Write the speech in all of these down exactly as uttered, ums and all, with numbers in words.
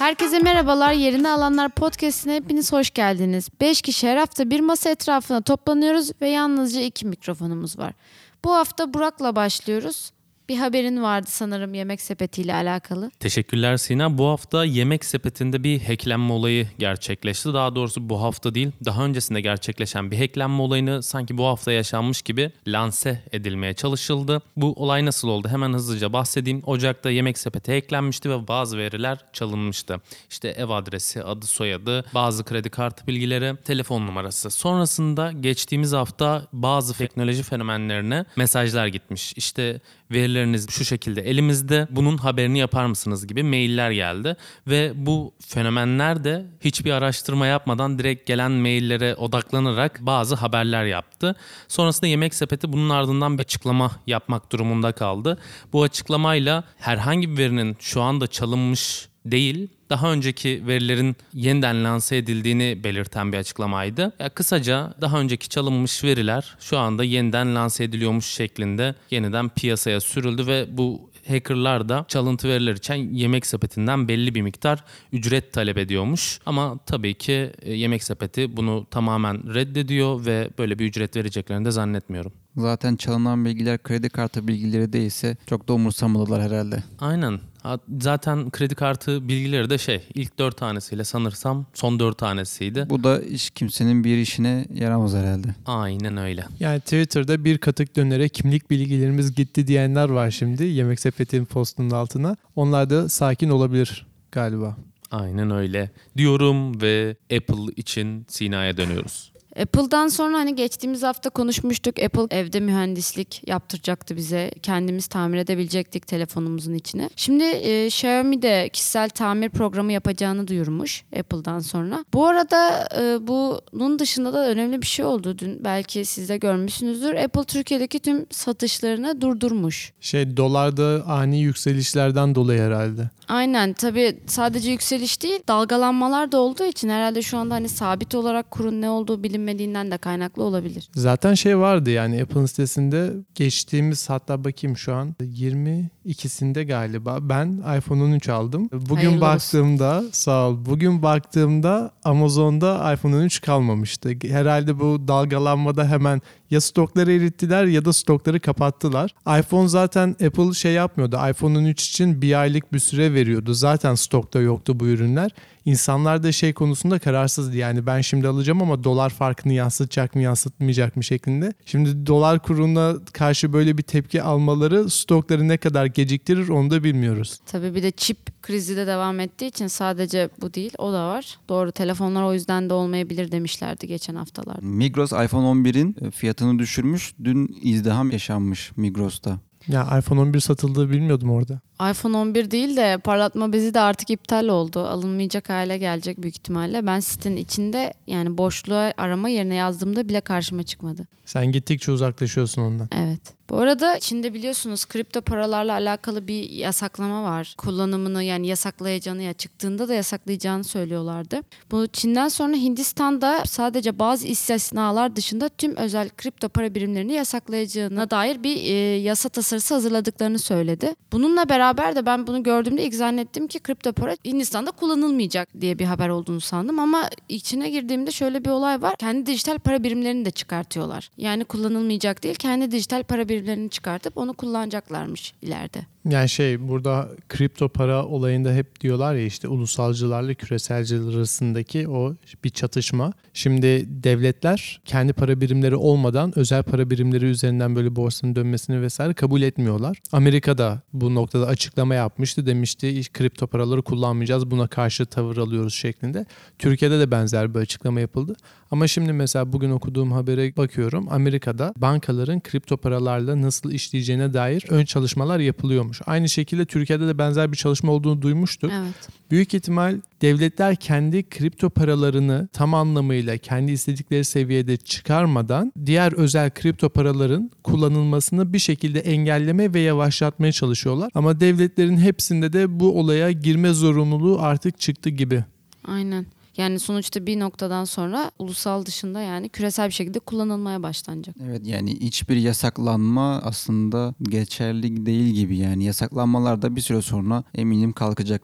Herkese merhabalar. Yerini Alanlar Podcast'ine hepiniz hoş geldiniz. beş kişi her hafta bir masa etrafına toplanıyoruz ve yalnızca iki mikrofonumuz var. Bu hafta Burak'la başlıyoruz. Bir haberin vardı sanırım Yemek Sepeti ile alakalı. Teşekkürler Sina. Bu hafta Yemek Sepeti'nde bir hacklenme olayı gerçekleşti. Daha doğrusu bu hafta değil, daha öncesinde gerçekleşen bir hacklenme olayını sanki bu hafta yaşanmış gibi lanse edilmeye çalışıldı. Bu olay nasıl oldu? Hemen hızlıca bahsedeyim. Ocak'ta Yemek Sepeti hacklenmişti ve bazı veriler çalınmıştı. İşte ev adresi, adı, soyadı, bazı kredi kartı bilgileri, telefon numarası. Sonrasında geçtiğimiz hafta bazı teknoloji fenomenlerine mesajlar gitmiş. İşte verileriniz şu şekilde elimizde, bunun haberini yapar mısınız gibi mailler geldi. Ve bu fenomenler de hiçbir araştırma yapmadan direkt gelen maillere odaklanarak bazı haberler yaptı. Sonrasında Yemek Sepeti bunun ardından bir açıklama yapmak durumunda kaldı. Bu açıklamayla herhangi bir verinin şu anda çalınmış değil, daha önceki verilerin yeniden lanse edildiğini belirten bir açıklamaydı. Ya kısaca daha önceki çalınmış veriler şu anda yeniden lanse ediliyormuş şeklinde yeniden piyasaya sürüldü ve bu hackerlar da çalıntı veriler için Yemek Sepeti'nden belli bir miktar ücret talep ediyormuş. Ama tabii ki Yemek Sepeti bunu tamamen reddediyor ve böyle bir ücret vereceklerini de zannetmiyorum. Zaten çalınan bilgiler kredi kartı bilgileri değilse çok da umursamadılar herhalde. Aynen. Zaten kredi kartı bilgileri de şey ilk dört tanesiyle sanırsam son dört tanesiydi. Bu da hiç kimsenin bir işine yaramaz herhalde. Aynen öyle. Yani Twitter'da bir katık dönere kimlik bilgilerimiz gitti diyenler var şimdi Yemek Sepeti'nin postunun altına. Onlar da sakin olabilir galiba. Aynen öyle diyorum ve Apple için Sina'ya dönüyoruz. Apple'dan sonra hani geçtiğimiz hafta konuşmuştuk. Apple evde mühendislik yaptıracaktı bize. Kendimiz tamir edebilecektik telefonumuzun içine. Şimdi e, Xiaomi de kişisel tamir programı yapacağını duyurmuş Apple'dan sonra. Bu arada e, bunun dışında da önemli bir şey oldu. Dün belki siz de görmüşsünüzdür. Apple Türkiye'deki tüm satışlarını durdurmuş. Şey dolarda ani yükselişlerden dolayı herhalde. Aynen, tabii sadece yükseliş değil, dalgalanmalar da olduğu için herhalde şu anda hani sabit olarak kurun ne olduğu bilinmediğinden de kaynaklı olabilir. Zaten şey vardı yani Apple'ın sitesinde geçtiğimiz, hatta bakayım şu an yirmi ikisinde galiba ben iPhone on üç aldım. Bugün Hayırlı baktığımda olsun. Sağ ol. Bugün baktığımda Amazon'da iPhone on üç kalmamıştı. Herhalde bu dalgalanmada hemen ya stokları erittiler ya da stokları kapattılar. iPhone zaten Apple şey yapmıyordu. iPhone on üç için bir aylık bir süre veriyordu. Zaten stokta yoktu bu ürünler. İnsanlar da şey konusunda kararsızdı. Yani ben şimdi alacağım ama dolar farkını yansıtacak mı yansıtmayacak mı şeklinde. Şimdi dolar kuruna karşı böyle bir tepki almaları stokları ne kadar geciktirir onu da bilmiyoruz. Tabii bir de çip krizi de devam ettiği için sadece bu değil, o da var. Doğru, telefonlar o yüzden de olmayabilir demişlerdi geçen haftalarda. Migros iPhone on birin fiyatını düşürmüş. Dün izdiham yaşanmış Migros'ta. Ya iPhone on bir satıldığı bilmiyordum orada. iPhone on bir değil de parlatma bezi de artık iptal oldu. Alınmayacak hale gelecek büyük ihtimalle. Ben sitenin içinde yani boşluğa arama yerine yazdığımda bile karşıma çıkmadı. Sen gittikçe uzaklaşıyorsun ondan. Evet. Bu arada Çin'de biliyorsunuz kripto paralarla alakalı bir yasaklama var. Kullanımını yani yasaklayacağını, ya çıktığında da yasaklayacağını söylüyorlardı. Bu Çin'den sonra Hindistan'da sadece bazı istisnalar dışında tüm özel kripto para birimlerini yasaklayacağına dair bir e, yasa tasarısı hazırladıklarını söyledi. Bununla beraber de ben bunu gördüğümde ilk zannettim ki kripto para Hindistan'da kullanılmayacak diye bir haber olduğunu sandım. Ama içine girdiğimde şöyle bir olay var. Kendi dijital para birimlerini de çıkartıyorlar. Yani kullanılmayacak değil, kendi dijital para birimlerini birimlerini çıkartıp onu kullanacaklarmış ileride. Yani şey burada kripto para olayında hep diyorlar ya işte ulusalcılarla küreselciler arasındaki o bir çatışma. Şimdi devletler kendi para birimleri olmadan özel para birimleri üzerinden böyle borsanın dönmesini vesaire kabul etmiyorlar. Amerika da bu noktada açıklama yapmıştı. Demişti kripto paraları kullanmayacağız, buna karşı tavır alıyoruz şeklinde. Türkiye'de de benzer bir açıklama yapıldı. Ama şimdi mesela bugün okuduğum habere bakıyorum. Amerika'da bankaların kripto paralarla nasıl işleyeceğine dair ön çalışmalar yapılıyormuş. Aynı şekilde Türkiye'de de benzer bir çalışma olduğunu duymuştuk. Evet. Büyük ihtimal devletler kendi kripto paralarını tam anlamıyla kendi istedikleri seviyede çıkarmadan diğer özel kripto paraların kullanılmasını bir şekilde engelleme ve yavaşlatmaya çalışıyorlar. Ama devletlerin hepsinde de bu olaya girme zorunluluğu artık çıktı gibi. Aynen. Yani sonuçta bir noktadan sonra ulusal dışında yani küresel bir şekilde kullanılmaya başlanacak. Evet, yani hiçbir yasaklanma aslında geçerli değil gibi, yani yasaklanmalar da bir süre sonra eminim kalkacaktır.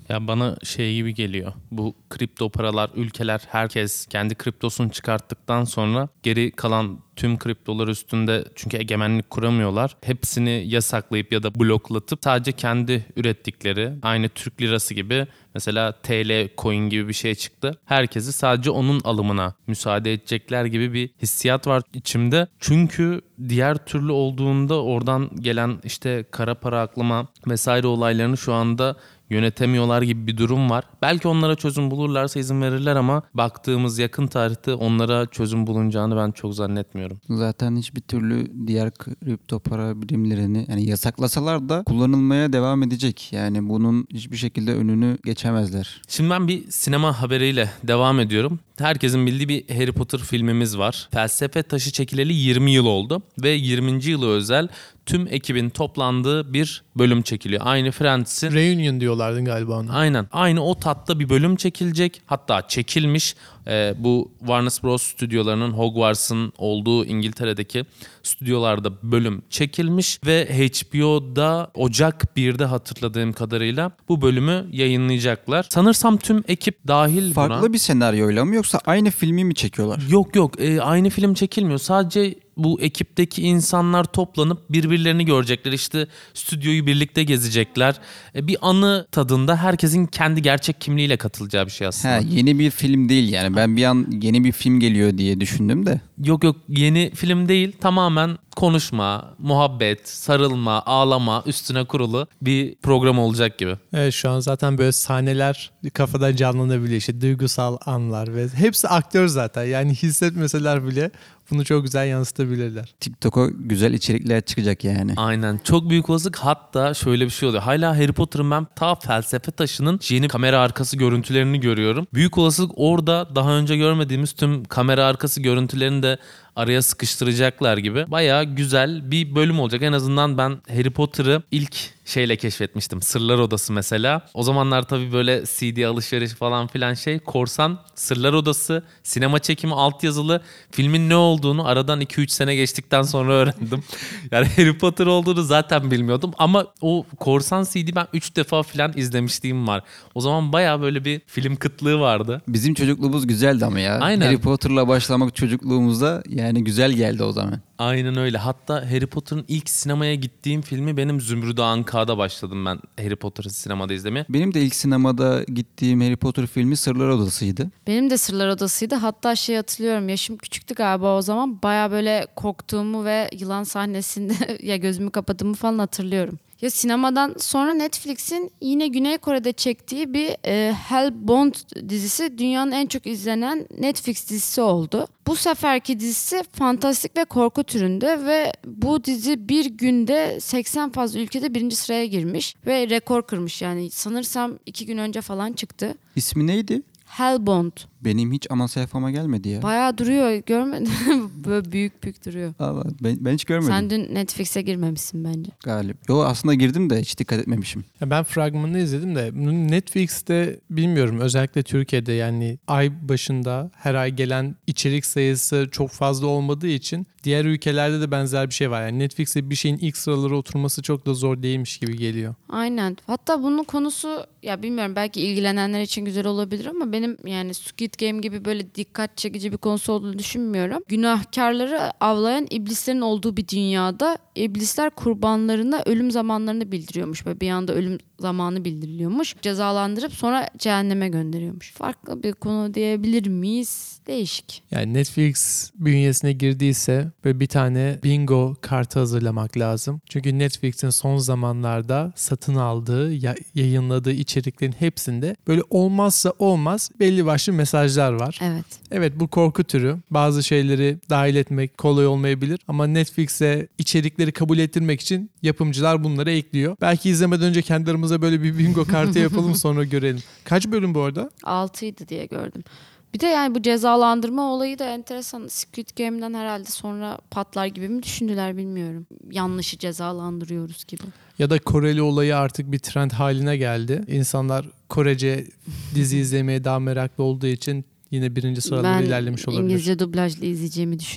Ya bana şey gibi geliyor. Bu kripto paralar, ülkeler, herkes kendi kriptosunu çıkarttıktan sonra geri kalan tüm kriptolar üstünde, çünkü egemenlik kuramıyorlar, hepsini yasaklayıp ya da bloklatıp sadece kendi ürettikleri, aynı Türk lirası gibi mesela T L coin gibi bir şey çıktı. Herkesi sadece onun alımına müsaade edecekler gibi bir hissiyat var içimde. Çünkü diğer türlü olduğunda oradan gelen işte kara para aklama vesaire olaylarını şu anda yönetemiyorlar gibi bir durum var. Belki onlara çözüm bulurlarsa izin verirler ama baktığımız yakın tarihte onlara çözüm bulunacağını ben çok zannetmiyorum. Zaten hiçbir türlü diğer kripto para birimlerini yani yasaklasalar da kullanılmaya devam edecek. Yani bunun hiçbir şekilde önünü geçemezler. Şimdi ben bir sinema haberiyle devam ediyorum. Herkesin bildiği bir Harry Potter filmimiz var. Felsefe taşı çekileli yirmi yıl oldu ve yirminci yılı özel tüm ekibin toplandığı bir bölüm çekiliyor. Aynı Friends'in... Reunion diyorlardı galiba ona. Aynen. Aynı o tatta bir bölüm çekilecek. Hatta çekilmiş. Ee, bu Warner Bros. Stüdyolarının Hogwarts'ın olduğu İngiltere'deki stüdyolarda bölüm çekilmiş ve H B O'da Ocak birde hatırladığım kadarıyla bu bölümü yayınlayacaklar. Sanırsam tüm ekip dahil Farklı buna. bir senaryoyla mı yoksa aynı filmi mi çekiyorlar? Yok yok e, aynı film çekilmiyor. Sadece bu ekipteki insanlar toplanıp birbirlerini görecekler. İşte stüdyoyu birlikte gezecekler. E, bir anı tadında herkesin kendi gerçek kimliğiyle katılacağı bir şey aslında. He, yeni bir film değil yani. Ben bir an yeni bir film geliyor diye düşündüm de. Yok yok yeni film değil. Tamamen konuşma, muhabbet, sarılma, ağlama üstüne kurulu bir program olacak gibi. Evet, şu an zaten böyle sahneler kafada canlanabiliyor. İşte duygusal anlar ve hepsi aktör zaten. Yani hissetmeseler bile bunu çok güzel yansıtabilirler. TikTok'a güzel içerikler çıkacak yani. Aynen. Çok büyük olasılık, hatta şöyle bir şey oluyor. Hala Harry Potter'ın ben ta felsefe taşının yeni kamera arkası görüntülerini görüyorum. Büyük olasılık orada daha önce görmediğimiz tüm kamera arkası görüntülerini de araya sıkıştıracaklar gibi. Bayağı güzel bir bölüm olacak. En azından ben Harry Potter'ı ilk şeyle keşfetmiştim. Sırlar Odası mesela. O zamanlar tabii böyle C D alışveriş falan filan şey. Korsan, Sırlar Odası, sinema çekimi altyazılı, filmin ne olduğunu aradan iki üç sene geçtikten sonra öğrendim. Yani Harry Potter olduğunu zaten bilmiyordum. Ama o Korsan C D ben üç defa filan izlemişliğim var. O zaman bayağı böyle bir film kıtlığı vardı. Bizim çocukluğumuz güzeldi ama ya. Aynen. Harry Potter'la başlamak çocukluğumuzda yani güzel geldi o zaman. Aynen öyle. Hatta Harry Potter'ın ilk sinemaya gittiğim filmi benim Zümrüt Anka'da başladım ben Harry Potter'ı sinemada izlemeye. Benim de ilk sinemada gittiğim Harry Potter filmi Sırlar Odası'ydı. Benim de Sırlar Odası'ydı. Hatta şey hatırlıyorum, yaşım küçüktü galiba o zaman. Baya böyle korktuğumu ve yılan sahnesinde ya gözümü kapadığımı falan hatırlıyorum. Ya sinemadan sonra Netflix'in yine Güney Kore'de çektiği bir e, Hellbound dizisi dünyanın en çok izlenen Netflix dizisi oldu. Bu seferki dizisi fantastik ve korku türünde ve bu dizi bir günde seksen fazla ülkede birinci sıraya girmiş ve rekor kırmış, yani sanırsam iki gün önce falan çıktı. İsmi neydi? Hellbound. Benim hiç ana sayfama gelmedi ya. Bayağı duruyor, görmedin mi? Böyle büyük büyük duruyor. Allah, ben, ben hiç görmedim. Sen dün Netflix'e girmemişsin bence. Galip. Yo, aslında girdim de hiç dikkat etmemişim. Ya ben fragmanını izledim de Netflix'te bilmiyorum, özellikle Türkiye'de yani ay başında her ay gelen içerik sayısı çok fazla olmadığı için diğer ülkelerde de benzer bir şey var. Yani Netflix'te bir şeyin ilk sıralara oturması çok da zor değilmiş gibi geliyor. Aynen. Hatta bunun konusu, ya bilmiyorum, belki ilgilenenler için güzel olabilir ama benim yani Squid Game gibi böyle dikkat çekici bir konusu olduğunu düşünmüyorum. Günahkarları avlayan iblislerin olduğu bir dünyada iblisler kurbanlarına ölüm zamanlarını bildiriyormuş. Böyle bir anda ölüm zamanı bildiriliyormuş. Cezalandırıp sonra cehenneme gönderiyormuş. Farklı bir konu diyebilir miyiz? Değişik. Yani Netflix bünyesine girdiyse böyle bir tane bingo kartı hazırlamak lazım. Çünkü Netflix'in son zamanlarda satın aldığı, ya- yayınladığı içeriklerin hepsinde böyle olmazsa olmaz belli başlı mesajlar var. Evet. Evet, bu korku türü. Bazı şeyleri dahil etmek kolay olmayabilir ama Netflix'e içerikleri kabul ettirmek için yapımcılar bunları ekliyor. Belki izlemeden önce kendi aramıza böyle bir bingo kartı yapalım, sonra görelim. Kaç bölüm bu arada? altıydı diye gördüm. Bir de yani bu cezalandırma olayı da enteresan. Squid Game'den herhalde sonra patlar gibi mi düşündüler bilmiyorum. Yanlışı cezalandırıyoruz gibi. Ya da Koreli olayı artık bir trend haline geldi. İnsanlar Korece dizi izlemeye daha meraklı olduğu için yine birinci sıralara Ben ilerlemiş olabilir. İngilizce dublajlı izleyeceğimi düşünüyorum.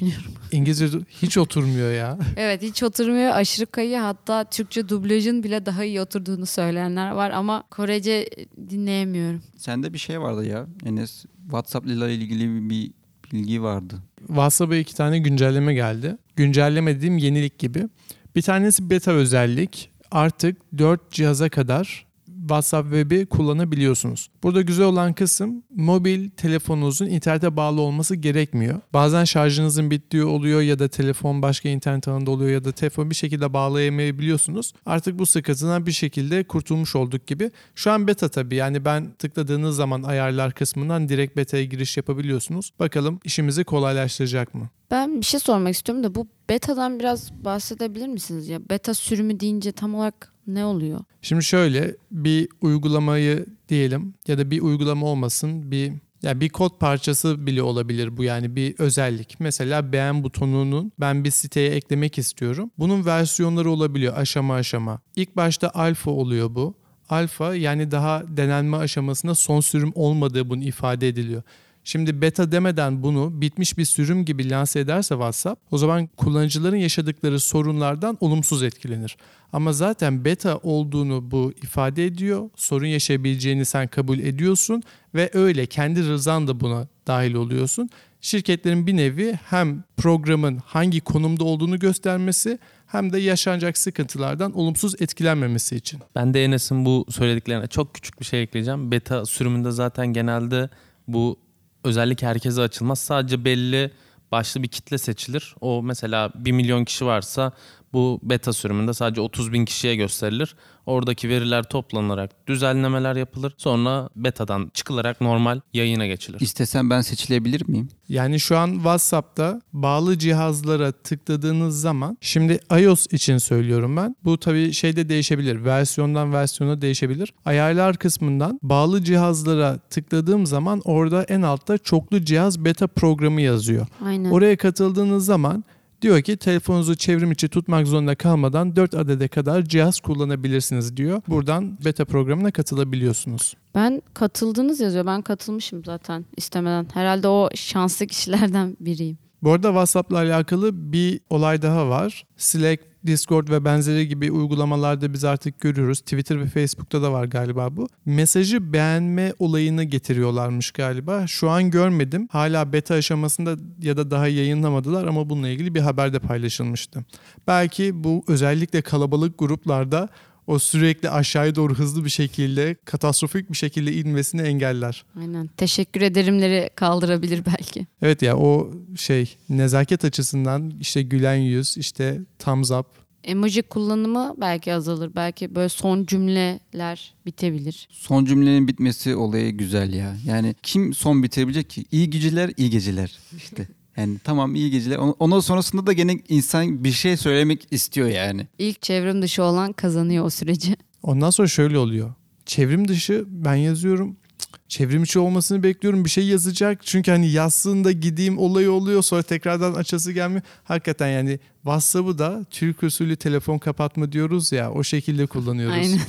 İngilizce hiç oturmuyor ya. Evet, hiç oturmuyor, aşırı kayıyor, hatta Türkçe dublajın bile daha iyi oturduğunu söyleyenler var ama Korece dinleyemiyorum. Sende bir şey vardı ya Enes. WhatsApp ile ilgili bir bilgi vardı. WhatsApp'a iki tane güncelleme geldi. Güncelleme dediğim yenilik gibi. Bir tanesi beta özellik. Artık dört cihaza kadar WhatsApp Web'i kullanabiliyorsunuz. Burada güzel olan kısım, mobil telefonunuzun internete bağlı olması gerekmiyor. Bazen şarjınızın bittiği oluyor ya da telefon başka internet ağında oluyor ya da telefon bir şekilde bağlayamayabiliyorsunuz. Artık bu sıkıntıdan bir şekilde kurtulmuş olduk gibi. Şu an beta tabii, yani ben tıkladığınız zaman ayarlar kısmından direkt beta'ya giriş yapabiliyorsunuz. Bakalım işimizi kolaylaştıracak mı? Ben bir şey sormak istiyorum da bu beta'dan biraz bahsedebilir misiniz ya? Beta sürümü deyince tam olarak ne oluyor? Şimdi şöyle, bir uygulamayı diyelim ya da bir uygulama olmasın, bir yani bir kod parçası bile olabilir bu, yani bir özellik. Mesela beğen butonunun ben bir siteye eklemek istiyorum. Bunun versiyonları olabiliyor aşama aşama. İlk başta alfa oluyor bu. Alfa yani daha denenme aşamasında son sürüm olmadığı bunu ifade ediliyor. Şimdi beta demeden bunu bitmiş bir sürüm gibi lanse ederse WhatsApp, o zaman kullanıcıların yaşadıkları sorunlardan olumsuz etkilenir. Ama zaten beta olduğunu bu ifade ediyor. Sorun yaşayabileceğini sen kabul ediyorsun ve öyle kendi rızan da buna dahil oluyorsun. Şirketlerin bir nevi hem programın hangi konumda olduğunu göstermesi hem de yaşanacak sıkıntılardan olumsuz etkilenmemesi için. Ben de Enes'in bu söylediklerine çok küçük bir şey ekleyeceğim. Beta sürümünde zaten genelde bu özellik herkese açılmaz. Sadece belli başlı bir kitle seçilir. O mesela bir milyon kişi varsa bu beta sürümünde sadece otuz bin kişiye gösterilir. Oradaki veriler toplanarak düzenlemeler yapılır. Sonra betadan çıkılarak normal yayına geçilir. İstesem ben seçilebilir miyim? Yani şu an WhatsApp'ta bağlı cihazlara tıkladığınız zaman, şimdi iOS için söylüyorum ben. Bu tabii şeyde değişebilir. Versiyondan versiyona değişebilir. Ayarlar kısmından bağlı cihazlara tıkladığım zaman orada en altta çoklu cihaz beta programı yazıyor. Aynen. Oraya katıldığınız zaman diyor ki telefonunuzu çevrim içi tutmak zorunda kalmadan dört adede kadar cihaz kullanabilirsiniz diyor. Buradan beta programına katılabiliyorsunuz. Ben katıldınız yazıyor. Ben katılmışım zaten istemeden. Herhalde o şanslı kişilerden biriyim. Bu arada WhatsApp'la alakalı bir olay daha var. Slack, Discord ve benzeri gibi uygulamalarda biz artık görüyoruz. Twitter ve Facebook'ta da var galiba bu. Mesajı beğenme olayını getiriyorlarmış galiba. Şu an görmedim. Hala beta aşamasında ya da daha yayınlamadılar ama bununla ilgili bir haber de paylaşılmıştı. Belki bu özellikle kalabalık gruplarda o sürekli aşağıya doğru hızlı bir şekilde, katastrofik bir şekilde inmesini engeller. Aynen. Teşekkür ederimleri kaldırabilir belki. Evet ya, o şey nezaket açısından işte gülen yüz, işte thumbs up. Emoji kullanımı belki azalır. Belki böyle son cümleler bitebilir. Son cümlenin bitmesi olayı güzel ya. Yani kim son bitirebilecek ki? İyi geceler, iyi geceler işte. Yani tamam, iyi geceler. Ondan sonrasında da gene insan bir şey söylemek istiyor yani. İlk çevrim dışı olan kazanıyor o süreci. Ondan sonra şöyle oluyor. Çevrim dışı ben yazıyorum. Çevrim içi olmasını bekliyorum. Bir şey yazacak. Çünkü hani yazsın da gideyim olayı oluyor. Sonra tekrardan açası gelmiyor. Hakikaten yani WhatsApp'ı da Türk usulü telefon kapatma diyoruz ya, o şekilde kullanıyoruz. Aynen.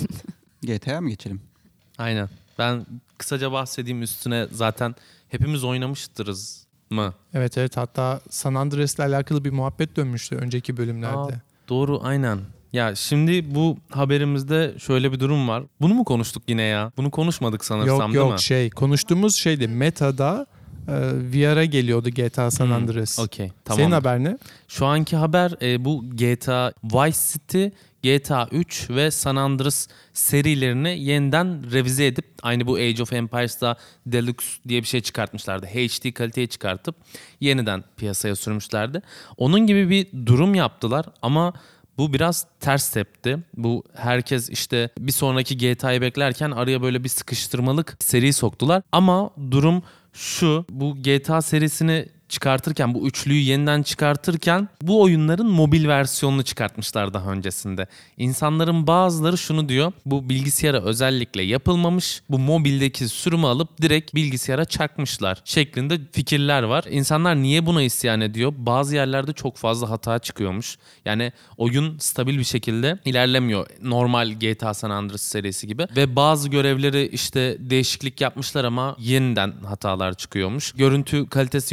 G T A'ya mı geçelim? Aynen. Ben kısaca bahsedeyim, üstüne zaten hepimiz oynamıştırız mı? Evet evet, hatta San Andreas'la alakalı bir muhabbet dönmüştü önceki bölümlerde. Aa, doğru, aynen. Ya şimdi bu haberimizde şöyle bir durum var. Bunu mu konuştuk yine ya? Bunu konuşmadık sanırsam, yok değil yok mi? şey konuştuğumuz şeydi, Meta'da e, V R'a geliyordu G T A San Andreas. Hmm, okey, tamam. Senin haber ne? Şu anki haber e, bu G T A Vice City, G T A üç ve San Andreas serilerini yeniden revize edip, aynı bu Age of Empires'da Deluxe diye bir şey çıkartmışlardı. H D kaliteye çıkartıp yeniden piyasaya sürmüşlerdi. Onun gibi bir durum yaptılar ama bu biraz ters tepti. Bu herkes işte bir sonraki G T A'yı beklerken araya böyle bir sıkıştırmalık seri soktular. Ama durum şu: bu G T A serisini çıkartırken, bu üçlüyü yeniden çıkartırken bu oyunların mobil versiyonunu çıkartmışlar daha öncesinde. İnsanların bazıları şunu diyor: bu bilgisayara özellikle yapılmamış, bu mobildeki sürümü alıp direkt bilgisayara çakmışlar şeklinde fikirler var. İnsanlar niye buna isyan ediyor? Bazı yerlerde çok fazla hata çıkıyormuş. Yani oyun stabil bir şekilde ilerlemiyor, normal G T A San Andreas serisi gibi. Ve bazı görevleri işte değişiklik yapmışlar ama yeniden hatalar çıkıyormuş. Görüntü kalitesi yönünden de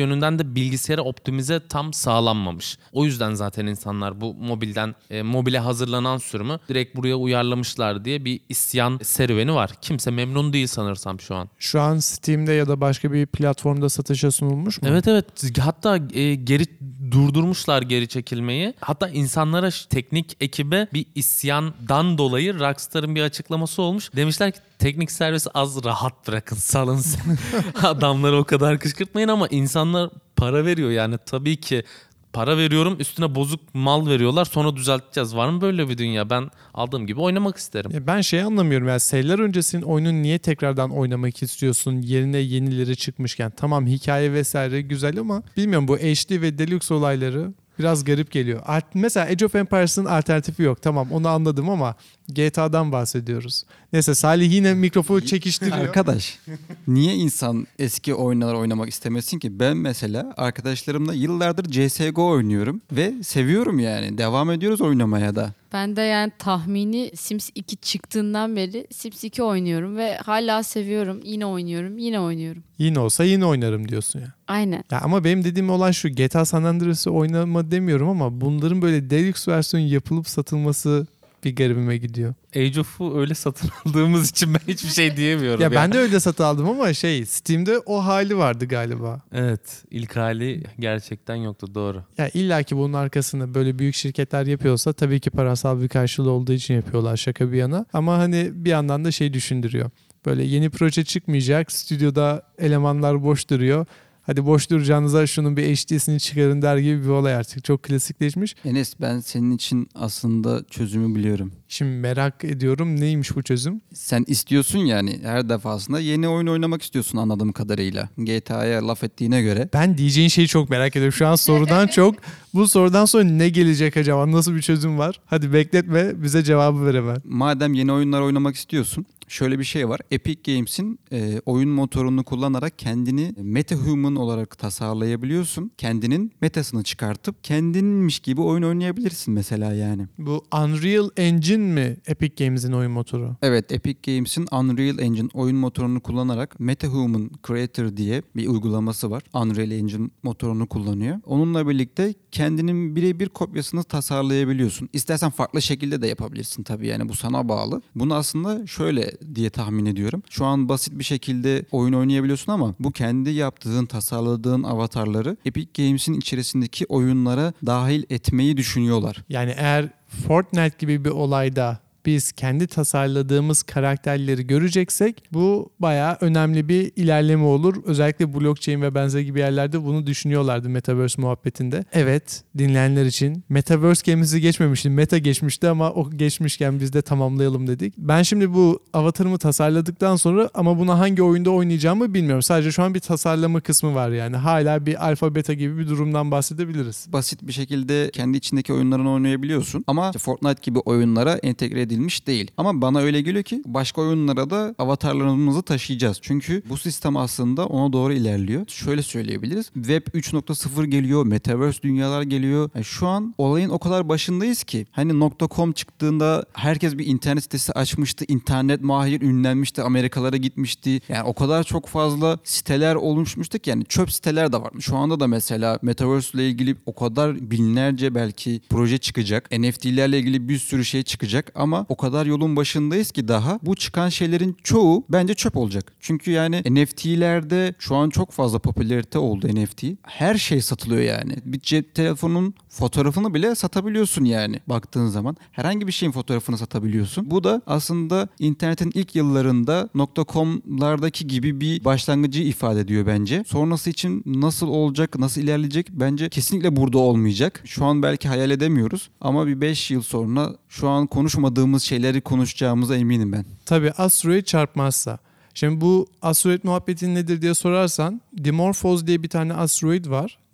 de bilgisayara optimize tam sağlanmamış. O yüzden zaten insanlar bu mobilden e, mobile hazırlanan sürümü direkt buraya uyarlamışlar diye bir isyan serüveni var. Kimse memnun değil sanırsam şu an. Şu an Steam'de ya da başka bir platformda satışa sunulmuş mu? Evet evet, hatta e, geri durdurmuşlar geri çekilmeyi. Hatta insanlara, teknik ekibe bir isyandan dolayı Rockstar'ın bir açıklaması olmuş. Demişler ki teknik servisi az rahat bırakın, salın. Adamları o kadar kışkırtmayın, ama insanlar para veriyor yani, tabii ki para veriyorum, üstüne bozuk mal veriyorlar, sonra düzelteceğiz. Var mı böyle bir dünya? Ben aldığım gibi oynamak isterim. Ya ben şey anlamıyorum yani, seriler öncesinin oyunun niye tekrardan oynamak istiyorsun yerine yenileri çıkmışken? Tamam, hikaye vesaire güzel ama bilmiyorum, bu H D ve Deluxe olayları biraz garip geliyor. Art- Mesela Age of Empires'ın alternatifi yok. Tamam, onu anladım ama G T A'dan bahsediyoruz. Neyse, Salih yine mikrofonu çekiştiriyor. Arkadaş, niye insan eski oyunlar oynamak istemesin ki? Ben mesela arkadaşlarımla yıllardır C S G O oynuyorum ve seviyorum yani. Devam ediyoruz oynamaya da. Ben de yani tahmini Sims iki çıktığından beri Sims iki oynuyorum ve hala seviyorum. Yine oynuyorum, yine oynuyorum. Yine olsa yine oynarım diyorsun ya. Aynen. Ya ama benim dediğim olay şu: G T A San Andreas'ı oynama demiyorum ama bunların böyle Deluxe versiyonu yapılıp satılması bir garibime gidiyor. Age of'u öyle satın aldığımız için ben hiçbir şey diyemiyorum. Ya ya ben de öyle satın aldım ama şey, Steam'de o hali vardı galiba. Evet, ilk hali gerçekten yoktu, doğru. Ya illa ki bunun arkasında böyle büyük şirketler yapıyorsa tabii ki parasal bir karşılığı olduğu için yapıyorlar, şaka bir yana. Ama hani bir yandan da şey düşündürüyor. Böyle yeni proje çıkmayacak, stüdyoda elemanlar boş duruyor. Hadi boş duracağınıza şunun bir H D'sini çıkarın der gibi bir olay artık. Çok klasikleşmiş. Enes, ben senin için aslında çözümü biliyorum. Şimdi merak ediyorum, neymiş bu çözüm? Sen istiyorsun yani, her defasında yeni oyun oynamak istiyorsun anladığım kadarıyla. G T A'ya laf ettiğine göre. Ben diyeceğin şeyi çok merak ediyorum. Şu an sorudan çok bu sorudan sonra ne gelecek acaba? Nasıl bir çözüm var? Hadi bekletme, bize cevabı ver hemen. Madem yeni oyunlar oynamak istiyorsun, şöyle bir şey var. Epic Games'in e, oyun motorunu kullanarak kendini metahuman olarak tasarlayabiliyorsun. Kendinin metasını çıkartıp kendinmiş gibi oyun oynayabilirsin mesela yani. Bu Unreal Engine mi Epic Games'in oyun motoru? Evet, Epic Games'in Unreal Engine oyun motorunu kullanarak Metahuman Creator diye bir uygulaması var. Unreal Engine motorunu kullanıyor. Onunla birlikte kendinin birebir kopyasını tasarlayabiliyorsun. İstersen farklı şekilde de yapabilirsin tabii, yani bu sana bağlı. Bunu aslında şöyle diye tahmin ediyorum. Şu an basit bir şekilde oyun oynayabiliyorsun ama bu kendi yaptığın, tasarladığın avatarları Epic Games'in içerisindeki oyunlara dahil etmeyi düşünüyorlar. Yani eğer Fortnite gibi bir olayda biz kendi tasarladığımız karakterleri göreceksek bu bayağı önemli bir ilerleme olur. Özellikle blockchain ve benzeri gibi yerlerde bunu düşünüyorlardı Metaverse muhabbetinde. Evet, dinleyenler için Metaverse gemisi geçmemişti. Meta geçmişti ama o geçmişken biz de tamamlayalım dedik. Ben şimdi bu avatarımı tasarladıktan sonra ama bunu hangi oyunda oynayacağımı bilmiyorum. Sadece şu an bir tasarlama kısmı var yani. Hala bir alfa beta gibi bir durumdan bahsedebiliriz. Basit bir şekilde kendi içindeki oyunlarını oynayabiliyorsun ama işte Fortnite gibi oyunlara entegre edilmiş değil. Ama bana öyle geliyor ki başka oyunlara da avatarlarımızı taşıyacağız. Çünkü bu sistem aslında ona doğru ilerliyor. Şöyle söyleyebiliriz. Web üç nokta sıfır geliyor, Metaverse dünyalar geliyor. Yani şu an olayın o kadar başındayız ki hani .com çıktığında herkes bir internet sitesi açmıştı. İnternet mahir ünlenmişti. Amerikalara gitmişti. Yani o kadar çok fazla siteler oluşmuştu ki yani çöp siteler de var. Şu anda da mesela Metaverse ile ilgili o kadar binlerce belki proje çıkacak. N F T'lerle ilgili bir sürü şey çıkacak ama o kadar yolun başındayız ki daha bu çıkan şeylerin çoğu bence çöp olacak. Çünkü yani N F T'lerde şu an çok fazla popülarite oldu N F T. Her şey satılıyor yani. Bir cep telefonunun fotoğrafını bile satabiliyorsun yani baktığın zaman. Herhangi bir şeyin fotoğrafını satabiliyorsun. Bu da aslında internetin ilk yıllarında .com'lardaki gibi bir başlangıcı ifade ediyor bence. Sonrası için nasıl olacak, nasıl ilerleyecek bence kesinlikle burada olmayacak. Şu an belki hayal edemiyoruz ama bir beş yıl sonra şu an konuşmadığımız şeyleri konuşacağımıza eminim ben. Tabii asteroid çarpmazsa. Şimdi bu asteroid muhabbeti nedir diye sorarsan Dimorphos diye bir tane asteroid var.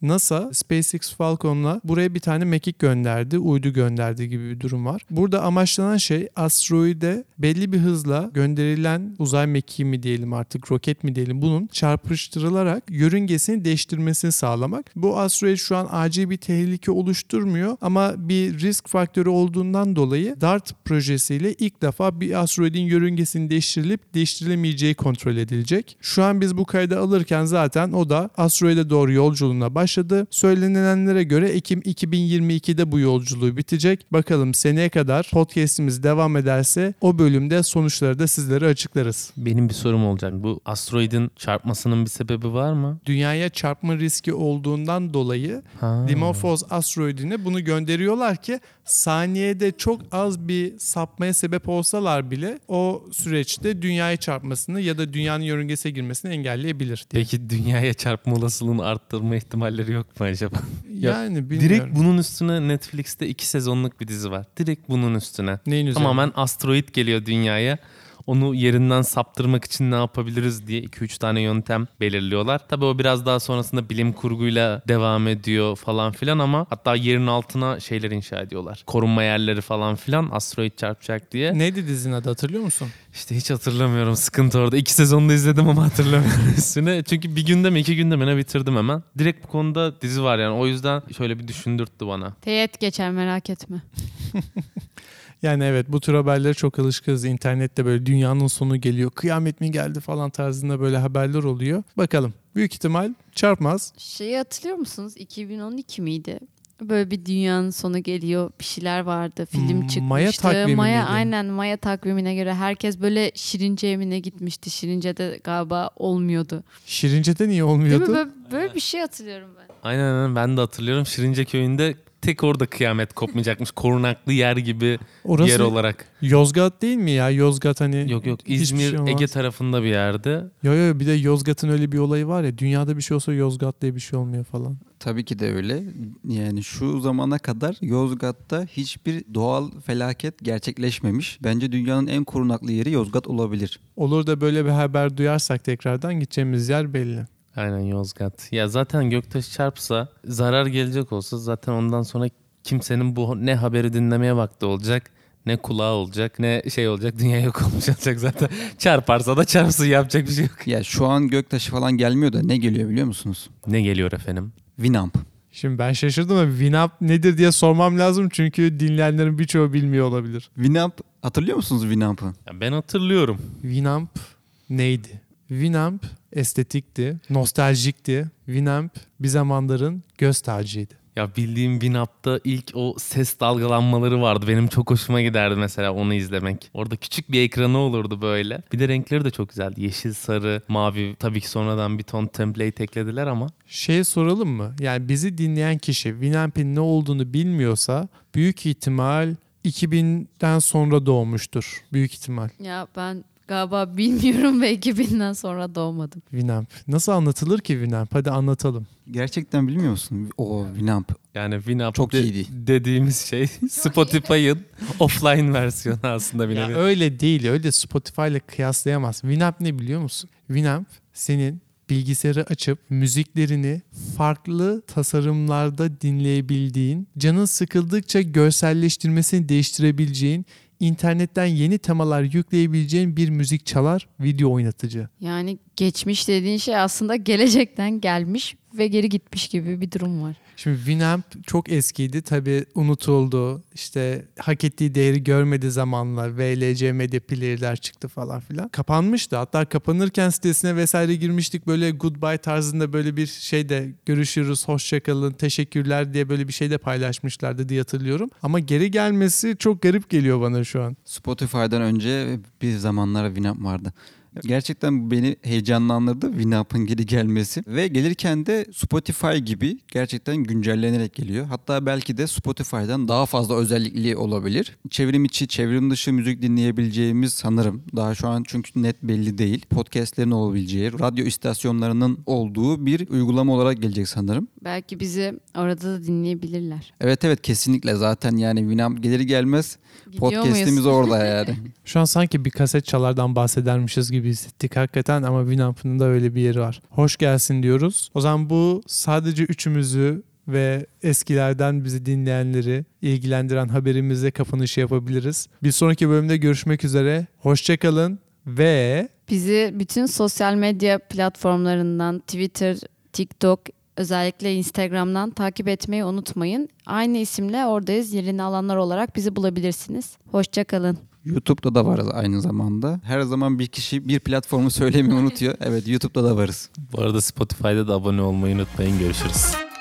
NASA SpaceX Falcon'la buraya bir tane mekik gönderdi, uydu gönderdi gibi bir durum var. Burada amaçlanan şey asteroide belli bir hızla gönderilen uzay mekiği mi diyelim artık, roket mi diyelim, bunun çarpıştırılarak yörüngesini değiştirmesini sağlamak. Bu asteroid şu an acil bir tehlike oluşturmuyor ama bir risk faktörü olduğundan dolayı DART projesiyle ilk defa bir asteroidin yörüngesini değiştirilip değiştirilemeyeceği kontrol edilecek. Şu an biz bu kaydı alırken zaten o da asteroide doğru yolculuğuna başladı. Söylenilenlere göre Ekim iki bin yirmi ikide bu yolculuğu bitecek. Bakalım seneye kadar podcast'imiz devam ederse o bölümde sonuçları da sizlere açıklarız. Benim bir sorum olacak. Bu asteroidin çarpmasının bir sebebi var mı? Dünyaya çarpma riski olduğundan dolayı Ha. Dimorphos asteroidine bunu gönderiyorlar ki saniyede çok az bir sapmaya sebep olsalar bile o süreçte dünyaya çarpmasını ya da dünyanın yörüngesine girmesini engelleyebilir diye. Peki dünyaya çarpma olasılığını arttırma ihtimalleri yok mu acaba? Yani bilmiyorum. Direkt bunun üstüne Netflix'te iki sezonluk bir dizi var. Direkt bunun üstüne. Neyin üzerine? Tamamen asteroid geliyor dünyaya. Onu yerinden saptırmak için ne yapabiliriz diye iki üç tane yöntem belirliyorlar. Tabii o biraz daha sonrasında bilim kurguyla devam ediyor falan filan ama hatta yerin altına şeyler inşa ediyorlar. Korunma yerleri falan filan, asteroid çarpacak diye. Neydi dizinin adı, hatırlıyor musun? İşte hiç hatırlamıyorum, sıkıntı orada. İki sezonda izledim ama hatırlamıyorum üstüne. Çünkü bir günde mi iki günde mi ne bitirdim hemen. Direkt bu konuda dizi var yani, o yüzden şöyle bir düşündürttü bana. Teyit geçer, merak etme. Yani evet, bu tür haberlere çok alışkınız. İnternette böyle dünyanın sonu geliyor, kıyamet mi geldi falan tarzında böyle haberler oluyor. Bakalım, büyük ihtimal çarpmaz. Şeyi hatırlıyor musunuz? iki bin on iki miydi? Böyle bir dünyanın sonu geliyor, bir şeyler vardı, film Hmm, çıkmıştı. Maya takvimi Maya, miydi? aynen Maya takvimine göre herkes böyle Şirince evine gitmişti. Şirince'de galiba olmuyordu. Şirince'de niye Değil olmuyordu? mi? Böyle, böyle bir şey hatırlıyorum ben. Aynen aynen, ben de hatırlıyorum. Şirince köyünde tek orada kıyamet kopmayacakmış. Korunaklı yer gibi Orası yer olarak. Yozgat değil mi ya? Yozgat hani... Yok yok, hiçbir İzmir, şey olmaz. Ege tarafında bir yerde. Yo yo, bir de Yozgat'ın öyle bir olayı var ya, dünyada bir şey olsa Yozgat diye bir şey olmuyor falan. Tabii ki de öyle. Yani şu zamana kadar Yozgat'ta hiçbir doğal felaket gerçekleşmemiş. Bence dünyanın en korunaklı yeri Yozgat olabilir. Olur da böyle bir haber duyarsak tekrardan gideceğimiz yer belli. Aynen, Yozgat. Ya zaten göktaşı çarpsa, zarar gelecek olsa zaten ondan sonra kimsenin bu ne haberi dinlemeye vakti olacak, ne kulağı olacak, ne şey olacak, dünya yok olmuş olacak zaten. Çarparsa da çarpsın, yapacak bir şey yok. Ya şu an göktaşı falan gelmiyor da ne geliyor biliyor musunuz? Ne geliyor efendim? Winamp. Şimdi ben şaşırdım ama Winamp nedir diye sormam lazım çünkü dinleyenlerin birçoğu bilmiyor olabilir. Winamp, hatırlıyor musunuz Winamp'ı? Ya ben hatırlıyorum. Winamp neydi? Winamp estetikti, nostaljikti. Winamp bir zamanların göz tacıydı. Ya bildiğim Winamp'ta ilk o ses dalgalanmaları vardı. Benim çok hoşuma giderdi mesela onu izlemek. Orada küçük bir ekranı olurdu böyle. Bir de renkleri de çok güzeldi. Yeşil, sarı, mavi. Tabii ki sonradan bir ton template eklediler ama. Şey soralım mı? Yani bizi dinleyen kişi Winamp'in ne olduğunu bilmiyorsa büyük ihtimal iki binden sonra doğmuştur. Büyük ihtimal. Ya ben galiba bilmiyorum ve iki binden sonra doğmadım. Winamp. Nasıl anlatılır ki Winamp? Hadi anlatalım. Gerçekten bilmiyor musun? O Winamp. Yani Winamp Çok de- iyiydi. dediğimiz şey Spotify'ın offline versiyonu aslında bir Ya nevi. öyle değil. Öyle Spotify ile kıyaslayamaz. Winamp ne biliyor musun? Winamp senin bilgisayarı açıp müziklerini farklı tasarımlarda dinleyebildiğin, canın sıkıldıkça görselleştirmesini değiştirebileceğin, internetten yeni temalar yükleyebileceğin bir müzik çalar video oynatıcı. Yani geçmiş dediğin şey aslında gelecekten gelmiş ve geri gitmiş gibi bir durum var. Şimdi Winamp çok eskiydi. Tabii unutuldu. İşte hak ettiği değeri görmedi zamanla. V L C Media Player'ler çıktı falan filan. Kapanmıştı. Hatta kapanırken sitesine vesaire girmiştik. Böyle goodbye tarzında böyle bir şey de, görüşürüz, hoşçakalın, teşekkürler diye böyle bir şey de paylaşmışlardı diye hatırlıyorum. Ama geri gelmesi çok garip geliyor bana şu an. Spotify'dan önce bir zamanlar Winamp vardı. Gerçekten beni heyecanlandırdı Winamp'ın geri gelmesi. Ve gelirken de Spotify gibi gerçekten güncellenerek geliyor. Hatta belki de Spotify'dan daha fazla özellikli olabilir. Çevrim içi, çevrim dışı müzik dinleyebileceğimiz sanırım. Daha şu an çünkü net belli değil. Podcast'lerin olabileceği, radyo istasyonlarının olduğu bir uygulama olarak gelecek sanırım. Belki bizi orada da dinleyebilirler. Evet evet kesinlikle zaten yani Winamp gelir gelmez Gidiyor podcast'imiz muyuz? orada yani. Şu an sanki bir kaset çalardan bahsedermişiz gibi hissettik hakikaten ama Winamp'ın da öyle bir yeri var. Hoş gelsin diyoruz. O zaman bu sadece üçümüzü ve eskilerden bizi dinleyenleri ilgilendiren haberimizle kapanışı yapabiliriz. Bir sonraki bölümde görüşmek üzere. Hoşçakalın ve Bizi bütün sosyal medya platformlarından Twitter, TikTok, özellikle Instagram'dan takip etmeyi unutmayın. Aynı isimle oradayız. Yerini alanlar olarak bizi bulabilirsiniz. Hoşça kalın. YouTube'da da varız aynı zamanda. Her zaman bir kişi bir platformu söylemeyi unutuyor. Evet YouTube'da da varız. Bu arada Spotify'da da abone olmayı unutmayın. Görüşürüz.